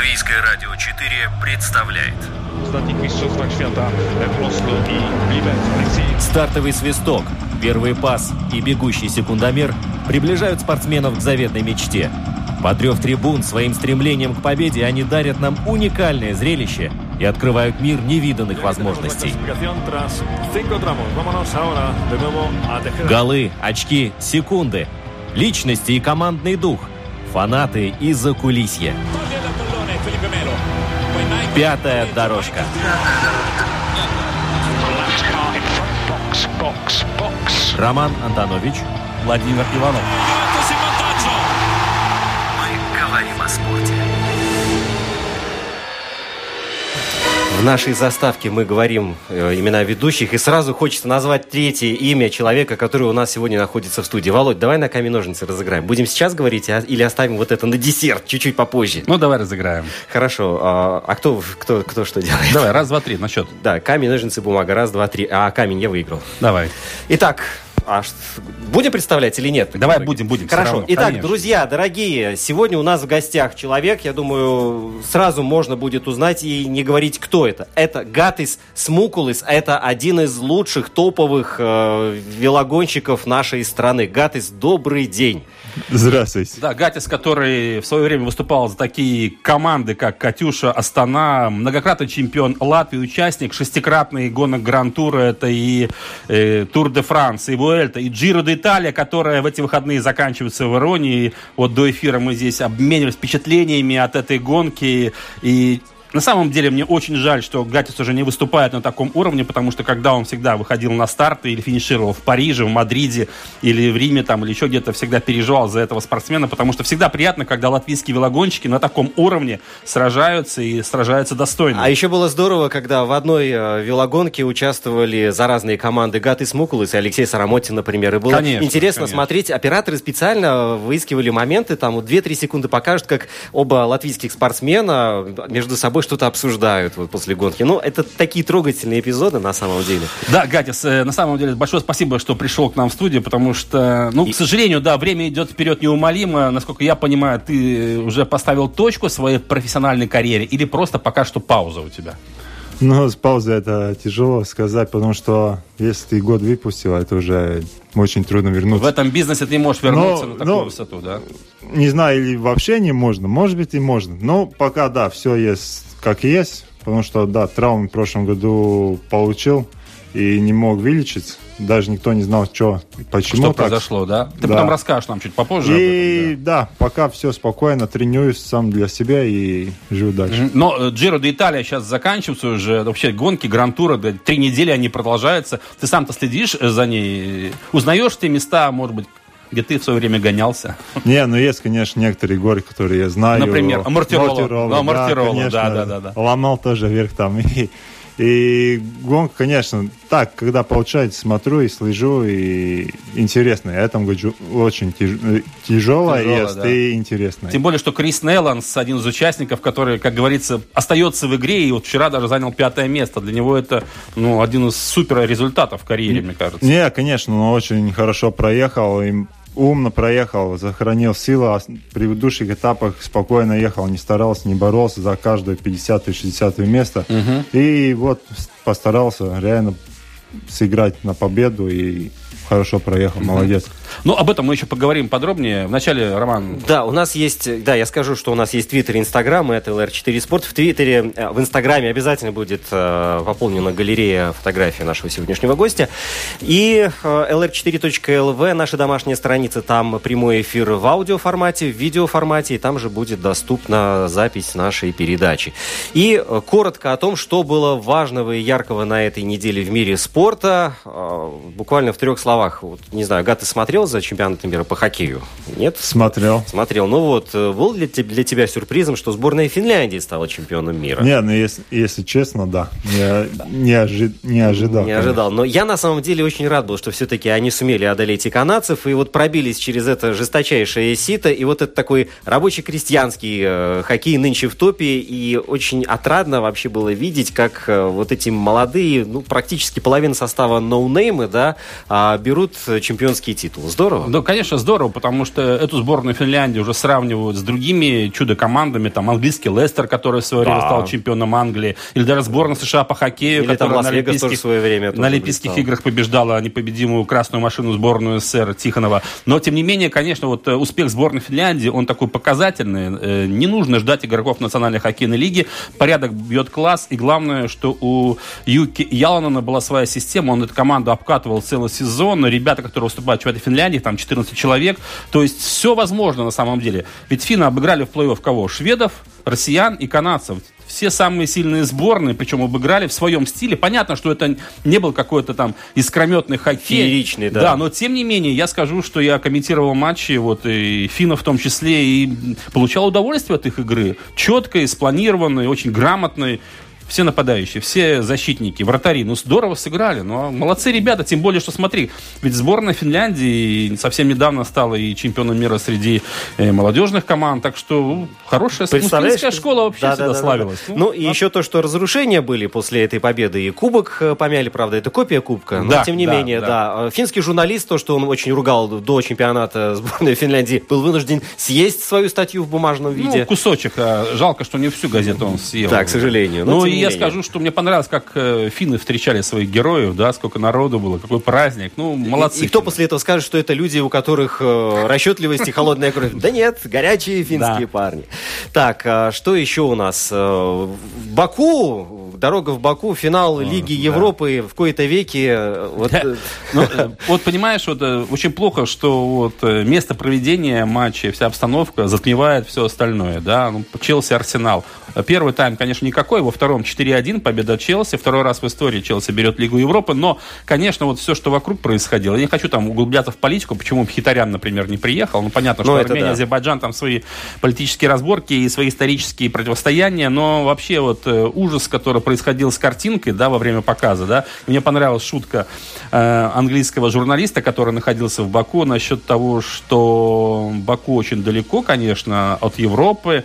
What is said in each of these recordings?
Латвийское радио 4 представляет. Стартовый свисток, первый пас и бегущий секундомер приближают спортсменов к заветной мечте. Подрев трибун своим стремлением к победе, они дарят нам уникальное зрелище и открывают мир невиданных возможностей. Голы, очки, секунды, личности и командный дух, фанаты и закулисье. Пятая дорожка. Роман Антонович, Владимир Иванов. Мы говорим о спорте. В нашей заставке мы говорим имена ведущих, и сразу хочется назвать третье имя человека, который у нас сегодня находится в студии. Володь, давай на камень-ножницы разыграем. Будем сейчас говорить или оставим вот это на десерт, чуть-чуть попозже? Ну, давай разыграем. Хорошо. А кто что делает? Давай, раз, два, три, на счет. Да, камень, ножницы, бумага, раз, два, три. А камень я выиграл. Давай. Итак, будем представлять или нет? Давай будем. Хорошо. Равно, Итак, конечно. друзья, дорогие, сегодня у нас в гостях человек, я думаю, сразу можно будет узнать и не говорить, кто это. Это Гатис Смукулис, это один из лучших топовых велогонщиков нашей страны. Гатис, добрый день. Здравствуйте. Да, Гатис, который в свое время выступал за такие команды, как «Катюша», «Астана», многократный чемпион Латвии, участник шестикратный гонок Гран-тура, это и Тур де Франс, и Вуэльта, и Джиро де Италия, которая в эти выходные заканчивается в Иронии. Вот до эфира мы здесь обменивались впечатлениями от этой гонки, и на самом деле мне очень жаль, что Гатис уже не выступает на таком уровне, потому что когда он всегда выходил на старт или финишировал в Париже, в Мадриде или в Риме там, или еще где-то, всегда переживал за этого спортсмена, потому что всегда приятно, когда латвийские велогонщики на таком уровне сражаются и сражаются достойно. А еще было здорово, когда в одной велогонке участвовали за разные команды Гатис Мукулис и Алексей Сарамотин, например. И было интересно смотреть. Операторы специально выискивали моменты, там вот 2-3 секунды покажут, как оба латвийских спортсмена между собой что-то обсуждают вот после гонки. Ну, это такие трогательные эпизоды на самом деле. Да, Гатис, на самом деле большое спасибо, что пришел к нам в студию, потому что, к сожалению, да, время идет вперед неумолимо. Насколько я понимаю, ты уже поставил точку в своей профессиональной карьере или просто пока что пауза у тебя? Ну, с паузой это тяжело сказать, потому что если ты год выпустил, это уже очень трудно вернуться. В этом бизнесе ты можешь вернуться на такую высоту, да? Не знаю, или вообще не можно. Может быть и можно. Но пока, да, все есть как есть, потому что, да, травму в прошлом году получил и не мог вылечить. Даже никто не знал, почему что так произошло, да? Ты потом расскажешь нам чуть попозже и об этом, да, пока все спокойно, тренируюсь сам для себя и живу дальше. Но Джиро де Италия сейчас заканчивается уже, вообще гонки, Гран-тура, 3 недели они продолжаются. Ты сам-то следишь за ней? Узнаешь те места, может быть, где ты в свое время гонялся? Не, ну есть, конечно, некоторые горы, которые я знаю. Например, Мортироло, да. Ломал тоже вверх там. И гонка, конечно, так, когда получается, смотрю и слежу, и интересно. Я там году очень тяжелая и интересная. Тем более, что Крис Нелланс, один из участников, который, как говорится, остается в игре, и вот вчера даже занял 5 место. Для него это один из супер результатов в карьере, мне кажется. Не, конечно, он очень хорошо проехал, и умно проехал, сохранил силы, а в предыдущих этапах спокойно ехал, не старался, не боролся за каждое 50-60 место. И вот постарался реально сыграть на победу и хорошо проехал, молодец. Ну, об этом мы еще поговорим подробнее. Вначале, Роман... Да, у нас есть... Да, я скажу, что у нас есть Твиттер и Инстаграм, это LR4 Sport. В Твиттере, в Инстаграме обязательно будет пополнена галерея фотографий нашего сегодняшнего гостя. И lr4.lv, наша домашняя страница, там прямой эфир в аудиоформате, в видеоформате, и там же будет доступна запись нашей передачи. И коротко о том, что было важного и яркого на этой неделе в мире спорта. Буквально в 3 словах. Вот, не знаю, Гатис смотрел за чемпионатом мира по хоккею? Нет? Смотрел. Ну вот, был ли для тебя сюрпризом, что сборная Финляндии стала чемпионом мира? Не, ну если честно, да. Я не ожидал. Не ожидал. Но я на самом деле очень рад был, что все-таки они сумели одолеть и канадцев, и вот пробились через это жесточайшее сито, и вот это такой рабоче-крестьянский хоккей нынче в топе, и очень отрадно вообще было видеть, как вот эти молодые, практически половина состава ноунеймы, да, берут чемпионский титул. Здорово? Да, конечно, здорово, потому что эту сборную Финляндии уже сравнивают с другими чудо-командами, там, английский Лестер, который в свое время стал чемпионом Англии, или даже сборная США по хоккею, или которая на Олимпийских играх побеждала непобедимую красную машину сборную СССР Тихонова. Но, тем не менее, конечно, вот успех сборной Финляндии, он такой показательный. Не нужно ждать игроков национальной хоккейной лиги. Порядок бьет класс. И главное, что у Юки Яланена была своя система. Он эту команду обкатывал целый сезон. Ребята, которые выступают в чемпионате Финляндии, там 14 человек. То есть все возможно на самом деле. Ведь финны обыграли в плей-офф кого? Шведов, россиян и канадцев. Все самые сильные сборные, причем обыграли в своем стиле. Понятно, что это не был какой-то там искрометный хоккей. Фееричный, да. Да, но тем не менее, я скажу, что я комментировал матчи, вот, и финнов в том числе, и получал удовольствие от их игры. Четкой, спланированной, очень грамотной. Все нападающие, все защитники, вратари, здорово сыграли. Молодцы ребята, тем более, что смотри, ведь сборная Финляндии совсем недавно стала и чемпионом мира среди молодежных команд, так что хорошая финская школа вообще всегда славилась. И еще то, что разрушения были после этой победы, и кубок помяли, правда, это копия кубка, но тем не менее, финский журналист, то, что он очень ругал до чемпионата сборной Финляндии, был вынужден съесть свою статью в бумажном виде. Кусочек, жалко, что не всю газету он съел. Да, к сожалению. Я скажу, что мне понравилось, как финны встречали своих героев, да, сколько народу было, какой праздник. Молодцы. И кто после этого скажет, что это люди, у которых расчетливость и холодная кровь? Да нет, горячие финские парни. Так, что еще у нас? Дорога в Баку, финал Лиги Европы в кои-то веки. Вот понимаешь, очень плохо, что место проведения матча, вся обстановка затмевает все остальное, да. Челси, Арсенал. Первый тайм, конечно, никакой, во втором 4-1, победа Челси, второй раз в истории Челси берет Лигу Европы, но, конечно, все, что вокруг происходило, я не хочу там углубляться в политику, почему Мхитарян, например, не приехал, понятно, что Армения, Азербайджан, там свои политические разборки и свои исторические противостояния, но вообще ужас, который происходил с картинкой, да, во время показа, да, мне понравилась шутка английского журналиста, который находился в Баку, насчет того, что Баку очень далеко, конечно, от Европы,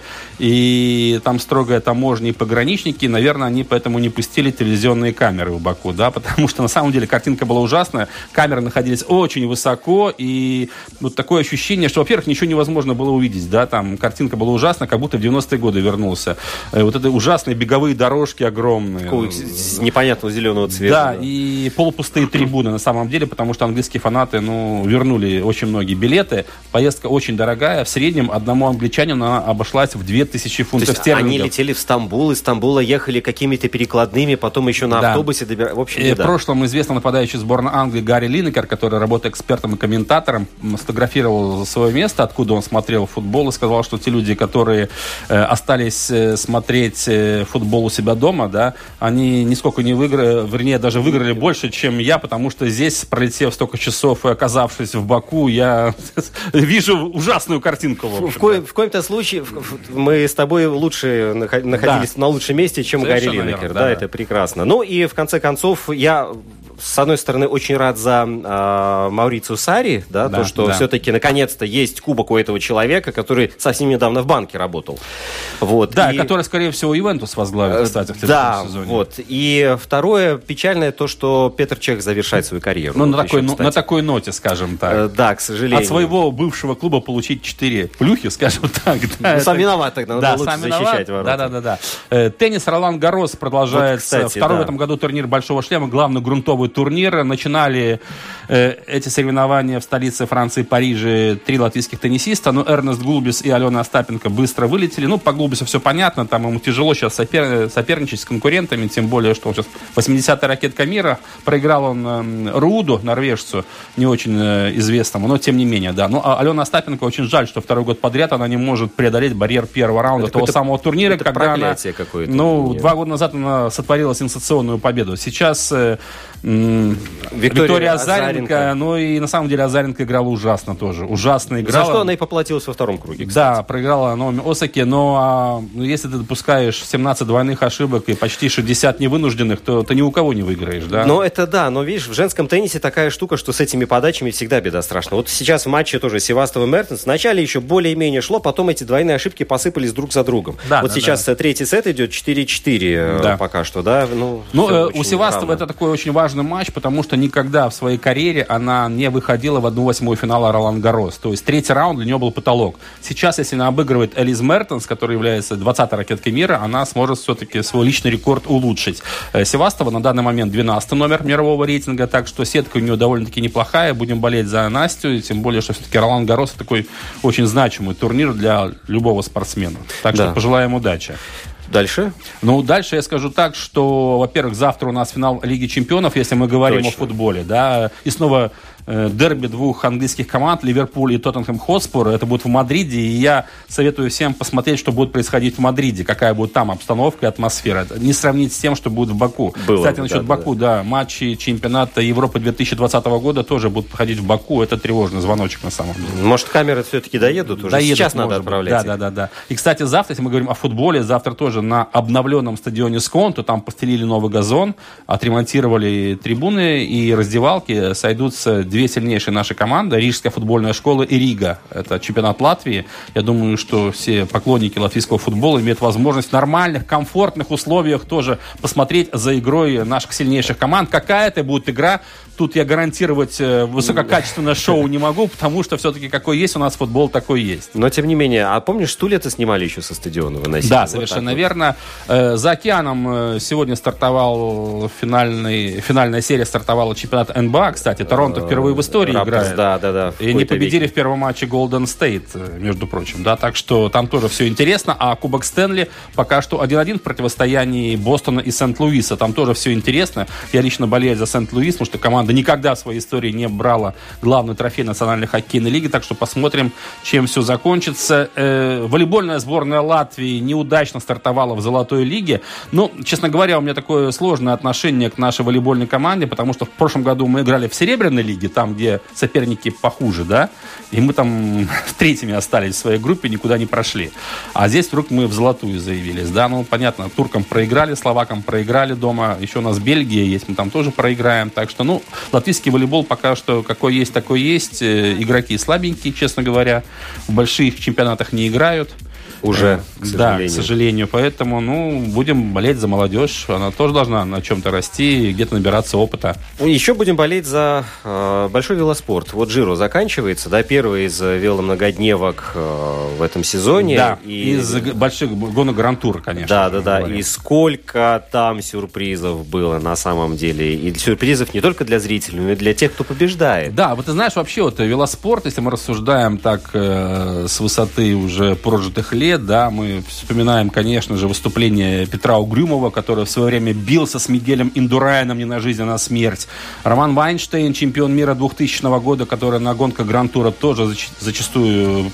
и там строгая таможня и пограничники, наверное, они поэтому не пустили телевизионные камеры в Баку, да, потому что на самом деле картинка была ужасная, камеры находились очень высоко, и такое ощущение, что, во-первых, ничего невозможно было увидеть, да, там картинка была ужасная, как будто в 90-е годы вернулся. Это ужасные беговые дорожки огромные. Непонятного зеленого цвета. Да, и полупустые трибуны на самом деле, потому что английские фанаты, вернули очень многие билеты. Поездка очень дорогая, в среднем одному англичанину обошлась в 2000 фунтов стерлингов. Они летели в Стамбул, из Стамбула ехали какими-то перекладными, потом еще на автобусе добирались. В общем, в прошлом известный нападающий сборной Англии Гарри Линекер, который работает экспертом и комментатором, сфотографировал свое место, откуда он смотрел футбол, и сказал, что те люди, которые остались смотреть футбол у себя дома, да, они нисколько не выиграли, вернее, даже выиграли больше, чем я, потому что здесь, пролетев столько часов и оказавшись в Баку, я вижу ужасную картинку. В коем-то случае мы с тобой лучше находились на лучшем месте, чем Гарри Линекер. Да, это прекрасно. И в конце концов, я, с одной стороны, очень рад за Маурицио Сарри, то, что все-таки наконец-то есть кубок у этого человека, который совсем недавно в банке работал. Который, скорее всего, Ювентус возглавит, кстати, в следующем сезоне. И второе, печальное то, что Петр Чех завершает свою карьеру. На такой ноте, скажем так. Да, к сожалению. От своего бывшего клуба получить 4 плюхи, скажем так. Сам виноват тогда, надо лучше защищать ворота. Да. Теннис Ролан Гаррос продолжается. Второй в этом году турнир Большого шлема, главный грунтовый турнир. Начинали эти соревнования в столице Франции, Париже, 3 латвийских теннисиста. Эрнест Гулбис и Алена Остапенко быстро вылетели. По Гулбису все понятно, там ему тяжело сейчас соперничать с конкурентами, тем более, что он сейчас 80-я ракетка мира. Проиграл он Руду, норвежцу, не очень известному, но тем не менее, да. А Алена Остапенко, очень жаль, что второй год подряд она не может преодолеть барьер первого раунда того самого турнира, когда она 2 года назад она сотворила сенсационную победу. Сейчас Виктория Азаренко, и на самом деле Азаренко играла ужасно тоже. Ужасно играла. За что она и поплатилась во втором круге, кстати. Да, проиграла Наоми Осаки, но если ты допускаешь 17 двойных ошибок и почти 60 невынужденных, то ты ни у кого не выиграешь, да? Но видишь, в женском теннисе такая штука, что с этими подачами всегда беда страшная. Сейчас в матче тоже Севастова и Мертенс вначале еще более-менее шло, потом эти двойные ошибки посыпались друг за другом. Сейчас третий сет идет 4-4 пока что, да? У Севастова это такой очень важный матч, потому что никогда в своей карьере она не выходила в 1/8 финала Ролан-Гаррос. То есть третий раунд для нее был потолок. Сейчас, если она обыгрывает Элиз Мертенс, которая является 20-й ракеткой мира, она сможет все-таки свой личный рекорд улучшить. Севастова на данный момент 12-й номер мирового рейтинга, так что сетка у нее довольно-таки неплохая. Будем болеть за Настю, тем более, что все-таки Ролан-Гаррос такой очень значимый турнир для любого спортсмена. Так что пожелаем удачи. Дальше? Ну, дальше я скажу так, что, во-первых, завтра у нас финал Лиги Чемпионов, если мы говорим о футболе, да, и снова дерби двух английских команд, Ливерпуль и Тоттенхэм Хотспур, это будет в Мадриде, и я советую всем посмотреть, что будет происходить в Мадриде, какая будет там обстановка и атмосфера. Не сравнить с тем, что будет в Баку. Кстати, насчет Баку, да, матчи чемпионата Европы 2020 года тоже будут проходить в Баку, это тревожный звоночек на самом деле. Может, камеры все-таки доедут уже? Сейчас надо отправлять. Да. И, кстати, завтра, если мы говорим о футболе, завтра тоже на обновленном стадионе Сконто, там постелили новый газон, отремонтировали трибуны и раздевалки, сойдутся две сильнейшие наши команды, Рижская футбольная школа и Рига. Это чемпионат Латвии. Я думаю, что все поклонники латвийского футбола имеют возможность в нормальных, комфортных условиях тоже посмотреть за игрой наших сильнейших команд. Какая это будет игра, тут я гарантировать высококачественное шоу не могу, потому что все-таки какой есть у нас футбол, такой есть. Но, тем не менее, а помнишь, стулья-то снимали еще со стадиона? Выносили? Да, совершенно верно. За океаном сегодня стартовал финальная серия стартовала чемпионат НБА. Кстати, Торонто впервые в истории играет. Да. И не победили в первом матче Golden State, между прочим. Да, так что там тоже все интересно. А Кубок Стэнли пока что 1-1 в противостоянии Бостона и Сент-Луиса. Там тоже все интересно. Я лично болею за Сент-Луис, потому что команда никогда в своей истории не брала главный трофей Национальной хоккейной лиги. Так что посмотрим, чем все закончится. Волейбольная сборная Латвии неудачно стартовала в Золотой лиге. Но, честно говоря, у меня такое сложное отношение к нашей волейбольной команде, потому что в прошлом году мы играли в Серебряной лиге, там, где соперники похуже, да, и мы там третьими остались в своей группе, никуда не прошли. А здесь вдруг мы в Золотую заявились, да, ну, понятно, туркам проиграли, словакам проиграли дома, еще у нас Бельгия есть, мы там тоже проиграем, так что, ну, латвийский волейбол пока что какой есть, такой есть, игроки слабенькие, честно говоря, в больших чемпионатах не играют. Уже, к сожалению. Да, к сожалению. Поэтому, будем болеть за молодежь. Она тоже должна на чем-то расти и где-то набираться опыта. Еще будем болеть за большой велоспорт. Вот Джиро заканчивается, да, первый из веломногодневок в этом сезоне. Да, из больших гонок Гран-тура, конечно. Да. И сколько там сюрпризов было на самом деле. И сюрпризов не только для зрителей, но и для тех, кто побеждает. Да, вот ты знаешь, вообще вот велоспорт, если мы рассуждаем так с высоты уже прожитых лет, да, мы вспоминаем, конечно же, выступление Петра Угрюмова, который в свое время бился с Мигелем Индурайном не на жизнь, а на смерть. Роман Вайнштейн, чемпион мира 2000 года, который на гонках Гран-тура тоже зачастую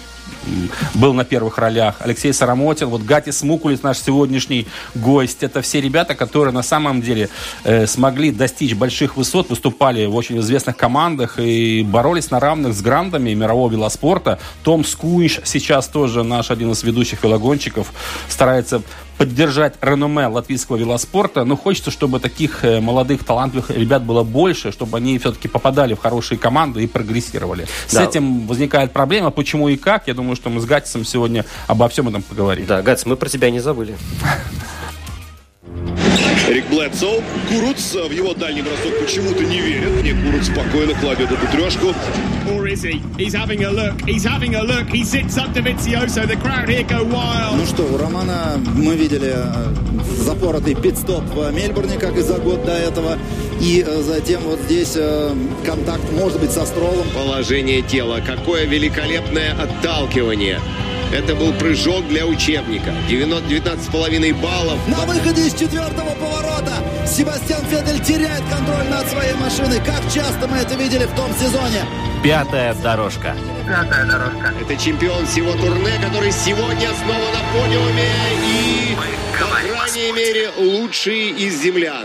был на первых ролях. Алексей Сарамотин, вот Гатис Мукулис, наш сегодняшний гость. Это все ребята, которые на самом деле смогли достичь больших высот, выступали в очень известных командах и боролись на равных с грандами мирового велоспорта. Том Скуинш сейчас тоже наш один из ведущих велогонщиков, старается поддержать реноме латвийского велоспорта, но хочется, чтобы таких молодых, талантливых ребят было больше, чтобы они все-таки попадали в хорошие команды и прогрессировали. Да. С этим возникает проблема, почему и как. Я думаю, что мы с Гатисом сегодня обо всем этом поговорим. Да, Гатис, мы про тебя не забыли. Эрик Блэдсоу. Куруц в его дальний бросок почему-то не верит. Не, Куруц спокойно кладет эту трешку. Ну что, у Романа мы видели запоротый пит-стоп в Мельбурне, как и за год до этого. И затем вот здесь контакт может быть со Строллом. Положение тела. Какое великолепное отталкивание. Это был прыжок для учебника. 19,5 баллов. На выходе из четвертого поворота Себастьян Фетель теряет контроль над своей машиной. Как часто мы это видели в том сезоне. Пятая дорожка. Это чемпион всего турне, который сегодня снова на подиуме. И, по крайней мере, лучший из землян.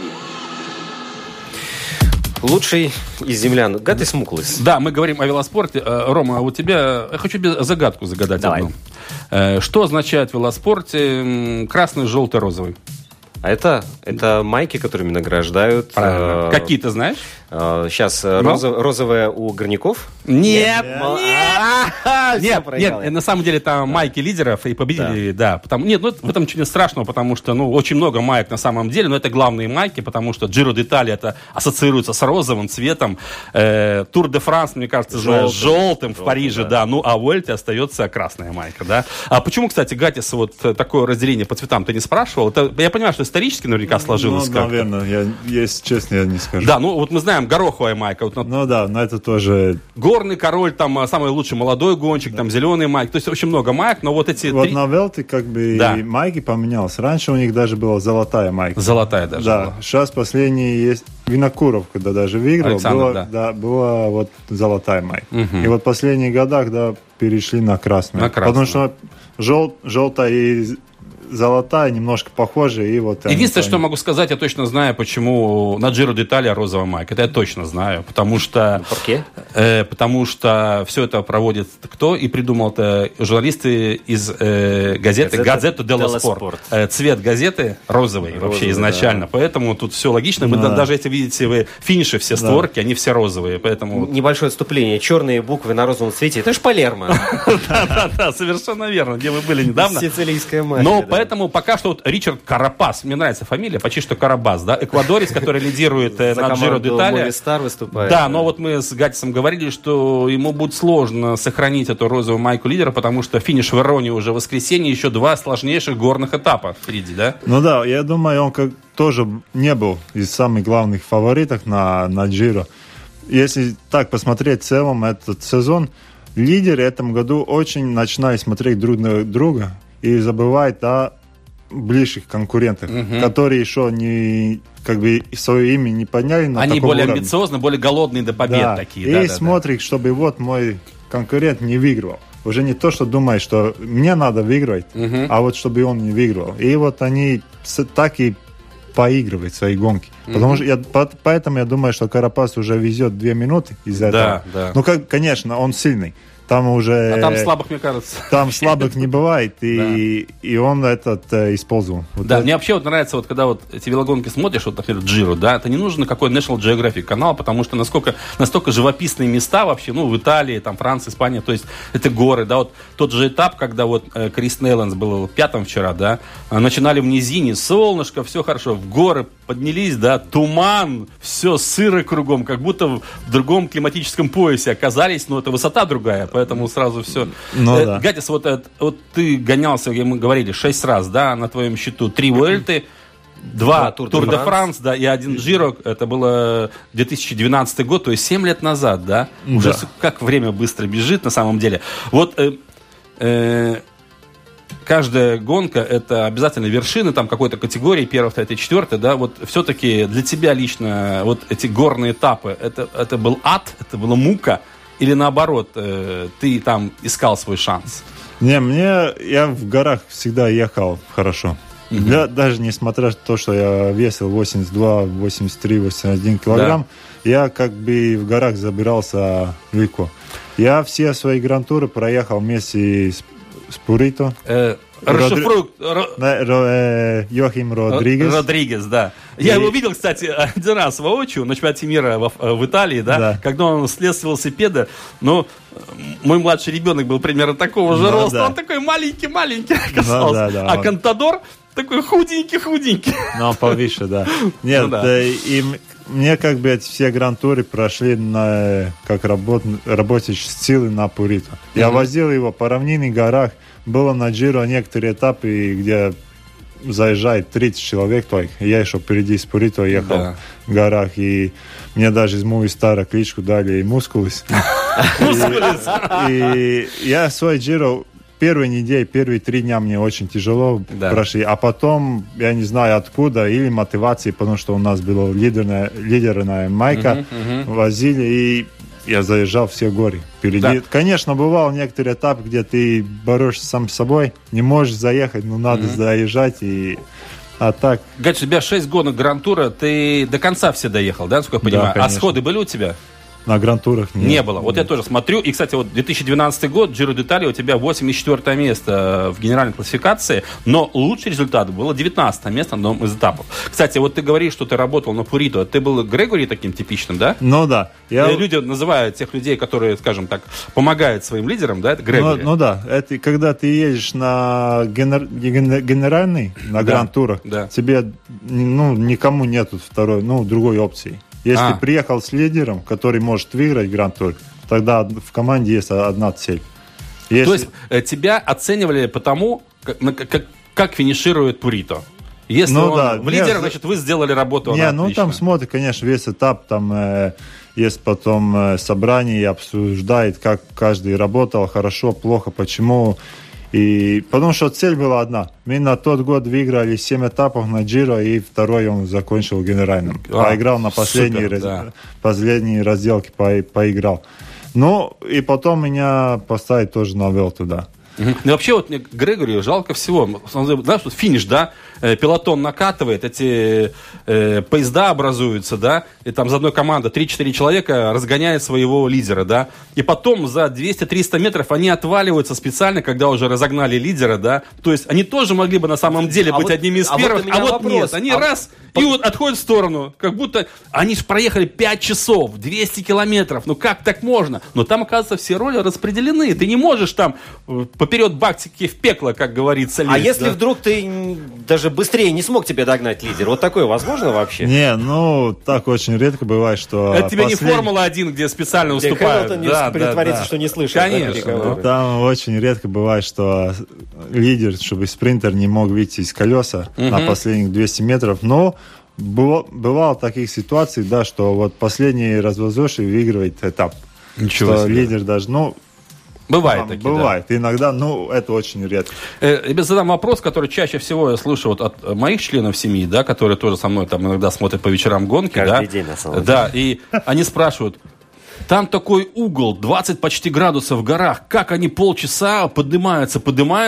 Лучший из землян. Гатис Мукулис. Да, мы говорим о велоспорте. Рома, у тебя... Я хочу тебе загадку загадать. Давай. Одну. Что означает в велоспорте красный, желтый, розовый? А это майки, которыми награждают. Какие ты знаешь? Сейчас розовая у горняков. Нет, нет, на самом деле там майки лидеров и победителей, да. Нет, в этом ничего не страшного, потому что, очень много маек на самом деле, но это главные майки, потому что Giro d'Italia это ассоциируется с розовым цветом, Тур де Франс, мне кажется, желтым в Париже, да. А в Vuelta остается красная майка, да. А почему, кстати, Гатис, такое разделение по цветам ты не спрашивал? Я понимаю, что исторически наверняка сложилось как-то. Наверное, если честно, я не скажу. Да, мы знаем, гороховая майка. Но это тоже... Горный король, там, самый лучший молодой гонщик, там, зеленый майк. То есть, очень много маек, но эти... на Vuelta майки поменялись. Раньше у них даже была золотая майка. Золотая даже была. Сейчас последний есть... Винокуров, когда даже выиграл, была золотая майка. И в последних годах, перешли на красную. Потому что желтая и золотая немножко похожи. Единственное, что могу сказать, я точно знаю, почему на Giro d'Italia розовая майка. Это я точно знаю. Потому что все это проводит кто? И придумал это журналисты из газеты «Газета делlo Sport». Цвет газеты розовый вообще изначально. Да. Поэтому тут все логично. Даже если видите вы финиши, все створки, они все розовые. Поэтому... Небольшое отступление. Черные буквы на розовом цвете. Это ж Палермо. Да, совершенно верно. Где вы были недавно. Сицилийская мафия. Поэтому пока что Ричард Карапас, мне нравится фамилия, почти что Карабас, да, эквадорец, который лидирует на Giro d'Italia. Movistar выступает. Да, но мы с Гатисом говорили, что ему будет сложно сохранить эту розовую майку лидера, потому что финиш в Иронии уже в воскресенье, еще 2 сложнейших горных этапа впереди, да? Я думаю, он тоже не был из самых главных фаворитов на Giro. Если так посмотреть в целом этот сезон, лидеры в этом году очень начинают смотреть друг на друга и забывают о ближних конкурентах, которые еще не свое имя не подняли на Они таком более уровне. Амбициозны, более голодные до побед такие. И смотрит, чтобы мой конкурент не выигрывал. Уже не то, что думает, что мне надо выигрывать, а чтобы он не выигрывал. И они так и поигрывают свои гонки. Поэтому я думаю, что Карапас уже везет 2 минуты из-за этого. Да. Конечно, он сильный. Там уже... А там слабых, мне кажется. Там слабых не бывает, и он использовал. Мне вообще нравится, когда эти велогонки смотришь, например, Giro, да, это не нужен какой National Geographic канал, потому что настолько живописные места вообще, в Италии, там, Франция, Испания, то есть это горы, да, тот же этап, когда Крис Нейленс был 5-м вчера, да, начинали в низине, солнышко, все хорошо, в горы поднялись, да, туман, все сыро кругом, как будто в другом климатическом поясе оказались, но это высота другая, поэтому сразу все. Гатис, ты гонялся, мы говорили, 6 раз, да, на твоем счету 3 Vuelty, 2 Тур де Франс, да, и 1 Giro, это было 2012 год, то есть 7 лет назад, да, уже как время быстро бежит на самом деле. Каждая гонка — это обязательно вершины там какой-то категории, 1, 2, 3, 4, да, все-таки для тебя лично эти горные этапы, это был ад, это была мука, или наоборот, ты там искал свой шанс? Я в горах всегда ехал хорошо. Даже несмотря на то, что я весил 82, 83, 81 килограмм, я в горах забирался легко. Я все свои гран-туры проехал вместе с Пурито. Йохим Родригес. Родригес, да. Я его видел, кстати, один раз воочию на чемпионате мира в Италии, да, когда он слез с велосипеда. Но мой младший ребенок был примерно такого же роста. Он такой маленький оказался. А Контадор такой худенький. Ну, повыше, да. Нет, и мне эти все гран-туры прошли как работающие силы на Пурито. Я возил его по равнинным горах. Было на Giro некоторые этапы, где заезжает 30 человек только. Я еще впереди с Пурито ехал в горах, и мне даже из Movistar кличку дали Мускулис. И я свой Giro первой неделе, первые 3 дня мне очень тяжело прошли, а потом, я не знаю откуда, или мотивации, потому что у нас была лидерная майка, возили, и я заезжал все горы впереди. Да. Конечно, бывал некоторый этап, где ты борешься сам с собой, не можешь заехать, но надо заезжать, а так... Гатч, у тебя 6 гонок гран-тура, ты до конца все доехал, да, насколько я понимаю? А сходы были у тебя? На гран-турах не было. Вот я тоже смотрю. И, кстати, вот 2012 год, Giro d'Italia, у тебя 84 место в генеральной классификации, но лучший результат было 19 место на одном из этапов. Кстати, вот ты говоришь, что ты работал на Пурито. Ты был Грегори таким типичным, да? Ну да. Люди называют тех людей, которые, скажем так, помогают своим лидерам, да, это Грегори. Ну да. Это когда ты едешь на генеральный, на гран-турах, тебе никому нету другой опции. Если приехал с лидером, который может выиграть гран-тур, тогда в команде есть одна цель. То есть тебя оценивали по тому, как финиширует Пурито? Если он в лидерах, значит, вы сделали работу. Там смотрит, конечно, весь этап, там есть потом собрание и обсуждает, как каждый работал, хорошо, плохо, почему. И потому что цель была одна. Мы на тот год выиграли 7 этапов на Giro, и второй он закончил генеральным. Поиграл на последней разделке, поиграл. Ну, и потом меня поставить тоже на Вел туда. Ну, вообще, вот мне Грегори жалко всего. Знаешь, вот финиш, да, пелотон накатывает, эти поезда образуются, да, и там за одной командой 3-4 человека разгоняют своего лидера, да, и потом за 200-300 метров они отваливаются специально, когда уже разогнали лидера, да, то есть они тоже могли бы на самом деле быть одними из первых, нет, они и вот отходят в сторону, как будто они же проехали 5 часов, 200 километров, ну как так можно? Но там, оказывается, все роли распределены, ты не можешь там поперед бактики в пекло, как говорится. А если вдруг ты даже быстрее не смог тебе догнать лидер, вот такое возможно вообще? Не, так очень редко бывает, что... Это тебе не Формула-1, где специально уступают. Где Хэмилтон притворится, что не слышит. Конечно. Там очень редко бывает, что лидер, чтобы спринтер не мог выйти из колеса на последних 200 метров, но бывало таких ситуаций, да, что вот последний развозоший выигрывает этап. Ничего себе. Лидер даже, бывает такие, бывает. Да. Иногда, это очень редко. Я задам вопрос, который чаще всего я слышу от моих членов семьи, да, которые тоже со мной там иногда смотрят по вечерам гонки. Каждый день, на самом деле. Да, и они спрашивают, там такой угол, 20 почти градусов в горах, как они полчаса поднимаются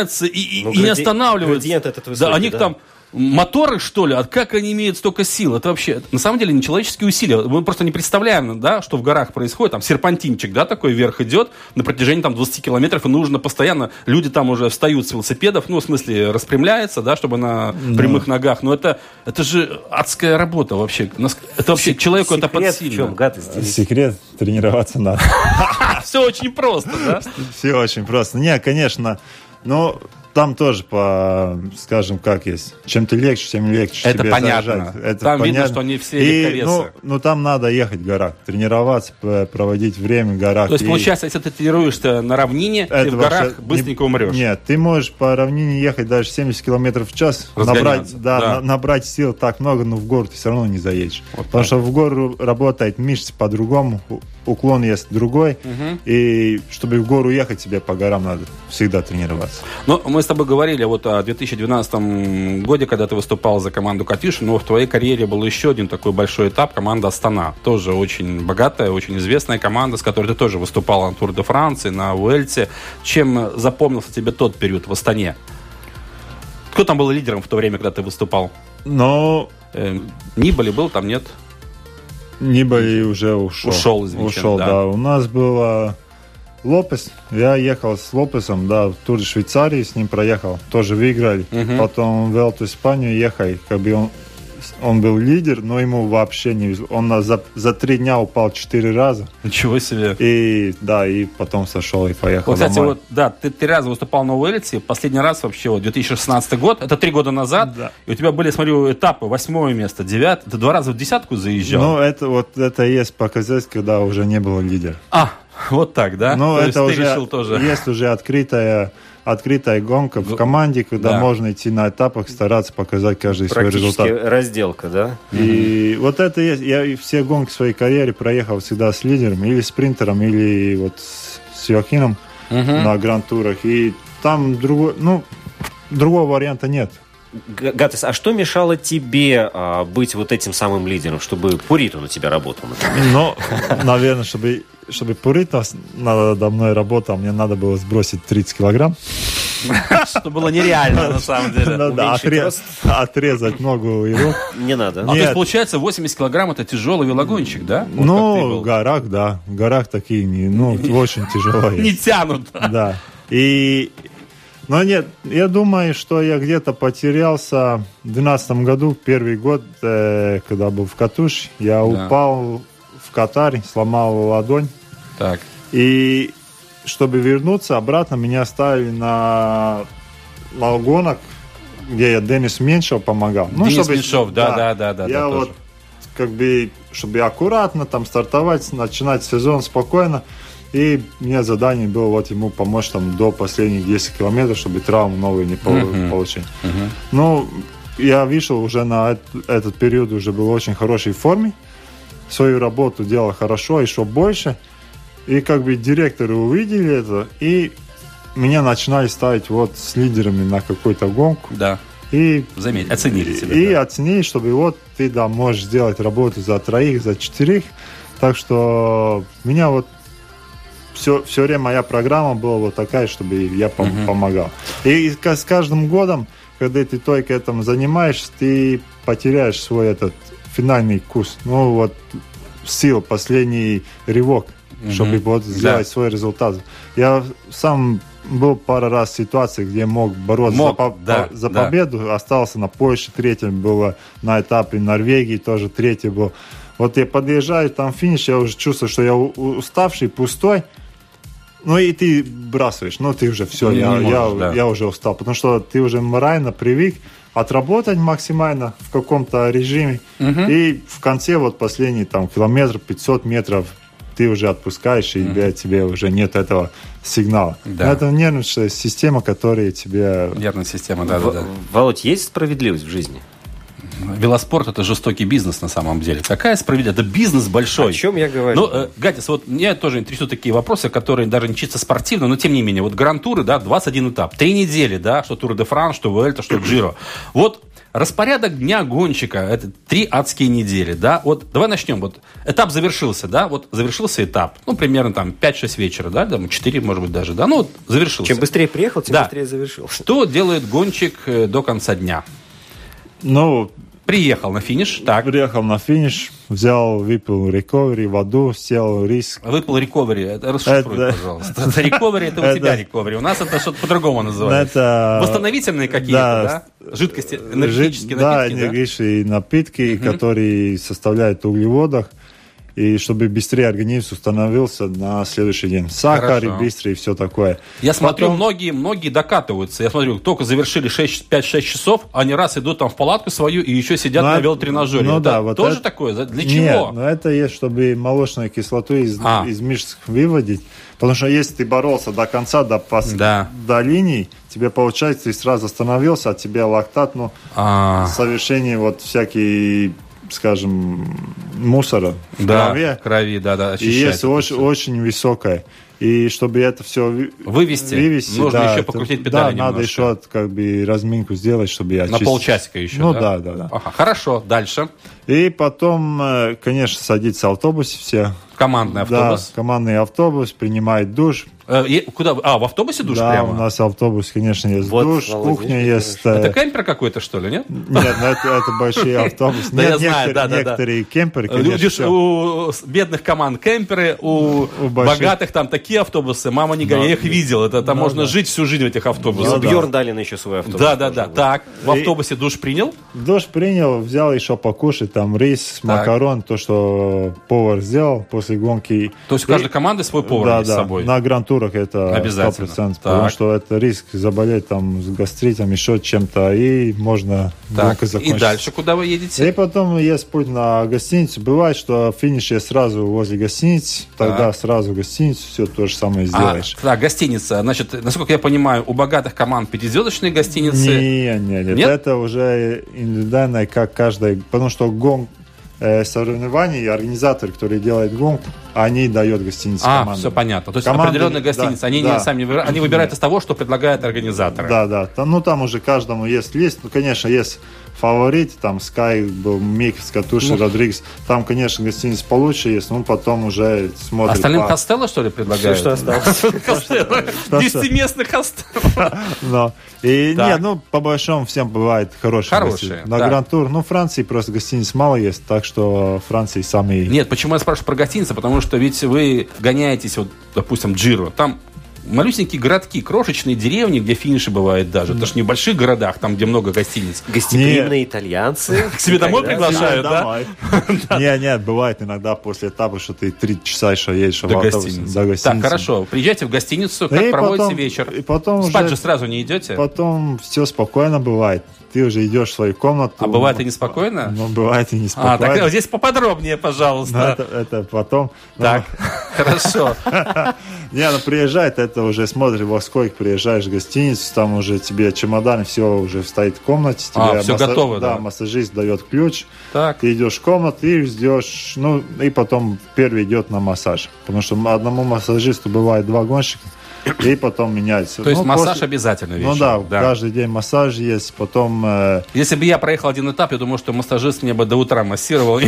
и не останавливаются. Градиент этот высокий, да, у них там моторы, что ли? Как они имеют столько сил? Это вообще, на самом деле, нечеловеческие усилия. Мы просто не представляем, да, что в горах происходит. Там серпантинчик, да, такой вверх идет на протяжении там 20 километров, и нужно постоянно, люди там уже встают с велосипедов, в смысле, распрямляются, да, чтобы на прямых ногах. Но это же адская работа вообще. Это вообще человеку это под силу. В чем гадость? Секрет тренироваться надо. Все очень просто, да? Все очень просто. Не, конечно, там тоже, скажем, как есть. Чем ты легче, тем легче это тебе понятно. заезжать. Это там понятно. видно, что они все легковесы. Там надо ехать в горах, тренироваться, проводить время в горах. То есть, получается, если ты тренируешься на равнине, ты в горах быстренько умрешь. Нет, ты можешь по равнине ехать даже 70 километров в час, набрать сил так много, но в гору ты все равно не заедешь. Потому что в гору работает мышцы по-другому, уклон есть другой, и чтобы в гору ехать, тебе по горам надо всегда тренироваться. Но мы с тобой говорили о 2012 годе, когда ты выступал за команду «Катюша», но в твоей карьере был еще один такой большой этап, команда «Астана». Тоже очень богатая, очень известная команда, с которой ты тоже выступал на Тур де Франции, на Vuelta. Чем запомнился тебе тот период в Астане? Кто там был лидером в то время, когда ты выступал? Нибали был там, нет? Нибали уже ушел. Ушел, да. У нас было Лопес. Я ехал с Лопесом, в Тур Швейцарии, с ним проехал. Тоже выиграли. Потом в Vuelta Испанию ехали. Он был лидер, но ему вообще не везло. Он за 3 дня упал 4 раза. Ничего себе. И потом сошел и поехал домой. Кстати, ты 3 раза выступал на Vuelta. Последний раз вообще 2016 год. Это 3 года назад. Да. И у тебя были, смотрю, этапы. 8 место, 9. Ты 2 раза в десятку заезжал. Это и есть показатель, когда уже не было лидера. Вот так, да? То есть ты решил тоже. Есть уже открытая гонка в команде, когда можно идти на этапах, стараться показать каждый свой результат. Практически разделка, да? И это есть. Я все гонки в своей карьере проехал всегда с лидером, или спринтером, или с Йохином на гранд-турах. И там другого варианта нет. Гатес, а что мешало тебе быть вот этим самым лидером, чтобы Пурито на тебя работал? Ну, наверное, чтобы Пурито надо мной работал, мне надо было сбросить 30 килограмм. Что было нереально, на самом деле. Да, отрезать ногу и руку. Не надо. То есть, получается, 80 килограмм это тяжелый велогонщик, да? Ну, в горах, да. В горах такие, очень тяжелые. Не тянут. Да. Но нет, я думаю, что я где-то потерялся в 2012 году, первый год, когда был в Катуше. Я упал в Катаре, сломал ладонь. Так. И чтобы вернуться обратно, меня оставили на гонок, где я Денис Меньшов помогал. Денис Меньшов, да. Я вот чтобы аккуратно там стартовать, начинать сезон спокойно. И мне задание было вот ему помочь там до последних 10 километров, чтобы травму новую не получить. Ну, я вышел уже на этот период, уже был в очень хорошей форме. Свою работу делал хорошо, еще больше. И директоры увидели это, и меня начинали ставить вот с лидерами на какую-то гонку. Да. И оценили тебя. И оценили, чтобы вот ты можешь сделать работу за 3, за 4. Так что меня вот все время моя программа была вот такая, чтобы я помогал. И с каждым годом, когда ты только этим занимаешься, ты потеряешь свой этот финальный курс. Ну вот сил, последний рывок, чтобы вот сделать свой результат. Я сам был пару раз в ситуации, где мог бороться за победу. Остался на Польше, третьим было на этапе Норвегии, тоже третий был. Вот я подъезжаю, там финиш, я уже чувствую, что я уставший, пустой. Ну и ты бросаешь, ты уже все, я уже устал, потому что ты уже морально привык отработать максимально в каком-то режиме, и в конце вот последний километр, 500 метров ты уже отпускаешь, и тебе уже нет этого сигнала. Да. Это нервная система, которая тебе... Нервная система, да. Володь, есть справедливость в жизни? Велоспорт – это жестокий бизнес на самом деле. Какая справедливость? Это бизнес большой. О чем я говорю? Гатис, вот меня тоже интересуют такие вопросы, которые даже не чисто спортивно, но тем не менее. Вот гран-туры, 21 этап, 3 недели, что Тур де Франс, что Vuelta, что Джиро. Вот распорядок дня гонщика – это 3 адские недели, Вот давай начнем. Вот этап завершился, Вот завершился этап. Примерно 5-6 вечера, 4, может быть, даже, завершился. Чем быстрее приехал, тем быстрее завершился. Что делает гонщик до конца дня? Приехал на финиш, так. Приехал на финиш, выпил рековери, воду, сел риск. Выпил рековери, расшифруй, пожалуйста. Рековери, это у тебя рековери. У нас это что-то по-другому называется. Восстановительные какие-то, жидкости, энергетические напитки, да? Энергетические напитки, которые составляют углеводов. И чтобы быстрее организм установился на следующий день. Сахар, и быстрее, и все такое. Я смотрю, многие докатываются. Я смотрю, только завершили 5-6 часов, они раз идут в палатку свою и еще сидят на велотренажере. Это тоже такое? Для чего? Нет, это есть, чтобы молочную кислоту из мышц выводить. Потому что если ты боролся до конца, до линии, тебе получается, ты сразу остановился, от тебя лактат, совершение всякие... скажем, мусора в крови, и есть очень высокая. И чтобы это все вывести нужно еще покрутить педали немножко. Надо еще разминку сделать, чтобы я на полчасика еще, да? Ага, хорошо, дальше. И потом, конечно, садится автобус все. Командный автобус. Да, командный автобус, принимает душ. Куда? В автобусе душ прямо? Да, у нас автобус, конечно, есть душ, кухня есть. Это кемпер какой-то, что ли, нет? Нет, это большой автобус. Некоторые кемперы, конечно. У бедных команд кемперы, у богатых там такие автобусы. Мама не горит, я их видел. Там можно жить всю жизнь в этих автобусах. Бьорн Далин еще свой автобус. Да. Так, в автобусе душ принял? Душ принял, взял еще покушать, рис, макарон, то, что повар сделал после гонки. То есть у каждой команды свой повар есть с собой? На гран-турах это 100%, потому что это риск заболеть с гастритом, еще чем-то, и можно гонку закончить. И дальше куда вы едете? И потом есть путь на гостиницу. Бывает, что финиш есть сразу возле гостиницы, тогда сразу гостиницу, все то же самое сделаешь. Гостиница. Значит, насколько я понимаю, у богатых команд 5-звездочные гостиницы? Нет. Это уже индивидуально, как каждая, потому что соревнования, организатор, который делает гонку, они дают гостиницы командам. Все понятно. То есть команды, определенные гостиницы, они не сами выбирают, они выбирают из того, что предлагают организаторы. Да. Там уже каждому есть лист. Ну, конечно, есть фаворит, там Sky был, Микс, Катуши, Родригес. Там, конечно, гостиниц получше есть, но потом уже смотрят. Остальным Костелло, что ли, предлагают? Все, что осталось. 10-местный Костелло. По большому всем бывает хорошие. На Гран-тур, в Франции просто гостиниц мало есть, так что Франции самые... Нет, почему я спрашиваю про гостиницы? Потому что ведь вы гоняетесь, вот, допустим, Джиро, там малюсенькие городки, крошечные деревни, где финиши бывают даже. Это ж не в больших городах, там, где много гостиниц. Гостеприимные итальянцы. К себе домой приглашают, да? Нет, бывает иногда после этапа, что ты 3 часа еще едешь в автобус. До гостиницы. Так, хорошо. Приезжайте в гостиницу, как проводите вечер? Спать же сразу не идете? Потом все спокойно бывает. Ты уже идешь в свою комнату. А бывает и неспокойно? Бывает и неспокойно. Так здесь поподробнее, пожалуйста. Это потом. Так, хорошо. Приезжает, это уже смотри, во сколько приезжаешь в гостиницу, там уже тебе чемодан, все уже стоит в комнате. Все готово, да? Да, массажист дает ключ. Так. Ты идешь в комнату и ждешь, и потом первый идет на массаж. Потому что одному массажисту бывает 2 гонщика. И потом меняется. То есть массаж обязательно вечером? Да, каждый день массаж есть, потом... Если бы я проехал один этап, я думаю, что массажист мне бы до утра массировал.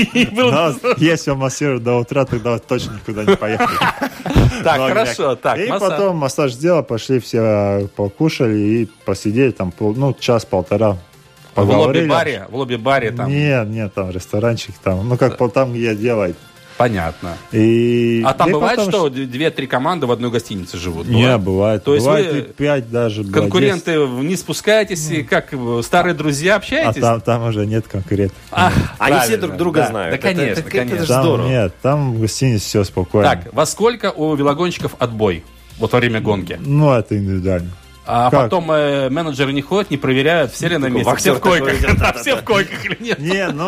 Если он массирует до утра, тогда точно никуда не поехали. Так, хорошо. И потом массаж сделал, пошли все покушали и посидели там час-полтора. В лобби-баре там? Нет, там ресторанчик там. Там, где делают. Понятно. А там бывает, что 2-3 команды в одной гостинице живут? Не, бывает. То есть бывает вы и 5 даже. Конкуренты вниз спускаетесь, и как старые друзья общаетесь? Там уже нет конкурентов. Они все друг друга знают. Да, конечно. Это же здорово. Нет, там в гостинице все спокойно. Так, во сколько у велогонщиков отбой? Вот во время гонки? Это индивидуально. А потом менеджеры не ходят, не проверяют, все ли на месте, все в койках. Все в койках или нет?